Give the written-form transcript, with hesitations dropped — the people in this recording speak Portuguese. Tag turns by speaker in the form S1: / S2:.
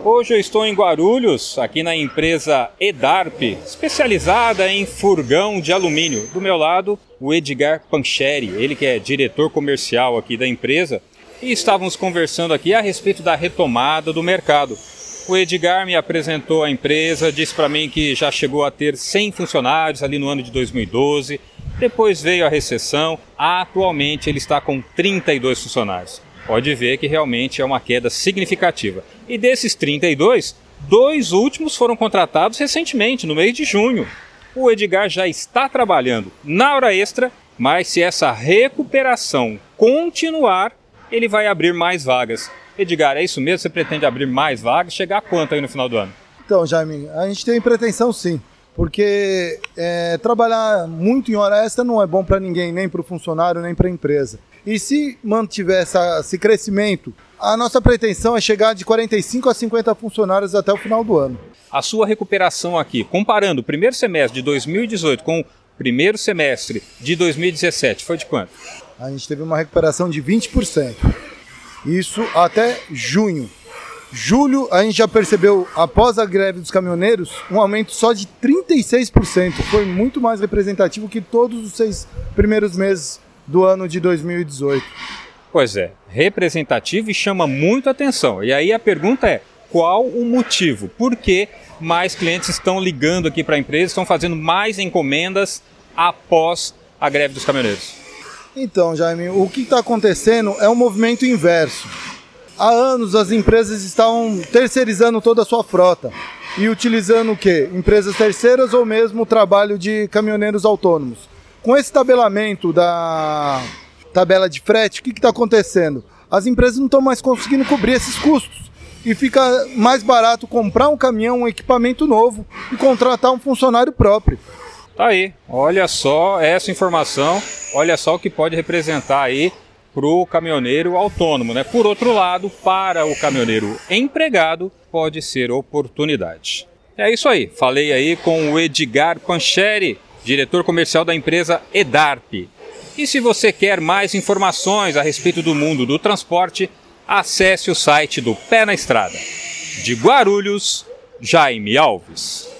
S1: Hoje eu estou em Guarulhos, aqui na empresa Edarp, especializada em furgão de alumínio. Do meu lado, o Edgar Pancheri, ele que é diretor comercial aqui da empresa, e estávamos conversando aqui a respeito da retomada do mercado. O Edgar me apresentou a empresa, disse para mim que já chegou a ter 100 funcionários ali no ano de 2012, depois veio a recessão, atualmente ele está com 32 funcionários. Pode ver que realmente é uma queda significativa. E desses 32, 2 últimos foram contratados recentemente, no mês de junho. O Edgar já está trabalhando na hora extra, mas se essa recuperação continuar, ele vai abrir mais vagas. Edgar, é isso mesmo? Você pretende abrir mais vagas? Chegar a quanto aí no final do ano?
S2: Então, Jaime, a gente tem pretensão sim, porque trabalhar muito em hora extra não é bom para ninguém, nem para o funcionário, nem para a empresa. E se mantiver esse crescimento, a nossa pretensão é chegar de 45 a 50 funcionários até o final do ano.
S1: A sua recuperação aqui, comparando o primeiro semestre de 2018 com o primeiro semestre de 2017, foi de quanto?
S2: A gente teve uma recuperação de 20%. Isso até junho. Julho, a gente já percebeu, após a greve dos caminhoneiros, um aumento só de 36%. Foi muito mais representativo que todos os 6 primeiros meses do ano de 2018.
S1: Pois é, representativo e chama muito atenção. E aí a pergunta é, qual o motivo? Por que mais clientes estão ligando aqui para a empresa, estão fazendo mais encomendas após a greve dos caminhoneiros?
S2: Então, Jaime, o que está acontecendo é um movimento inverso. Há anos as empresas estão terceirizando toda a sua frota e utilizando o quê? Empresas terceiras ou mesmo o trabalho de caminhoneiros autônomos. Com esse tabelamento da tabela de frete, o que está acontecendo? As empresas não estão mais conseguindo cobrir esses custos e fica mais barato comprar um caminhão, um equipamento novo e contratar um funcionário próprio.
S1: Tá aí, olha só essa informação, olha só o que pode representar aí para o caminhoneiro autônomo, né? Por outro lado, para o caminhoneiro empregado, pode ser oportunidade. É isso aí, falei aí com o Edgar Pancheri, diretor comercial da empresa Edarp. E se você quer mais informações a respeito do mundo do transporte, acesse o site do Pé na Estrada. De Guarulhos, Jaime Alves.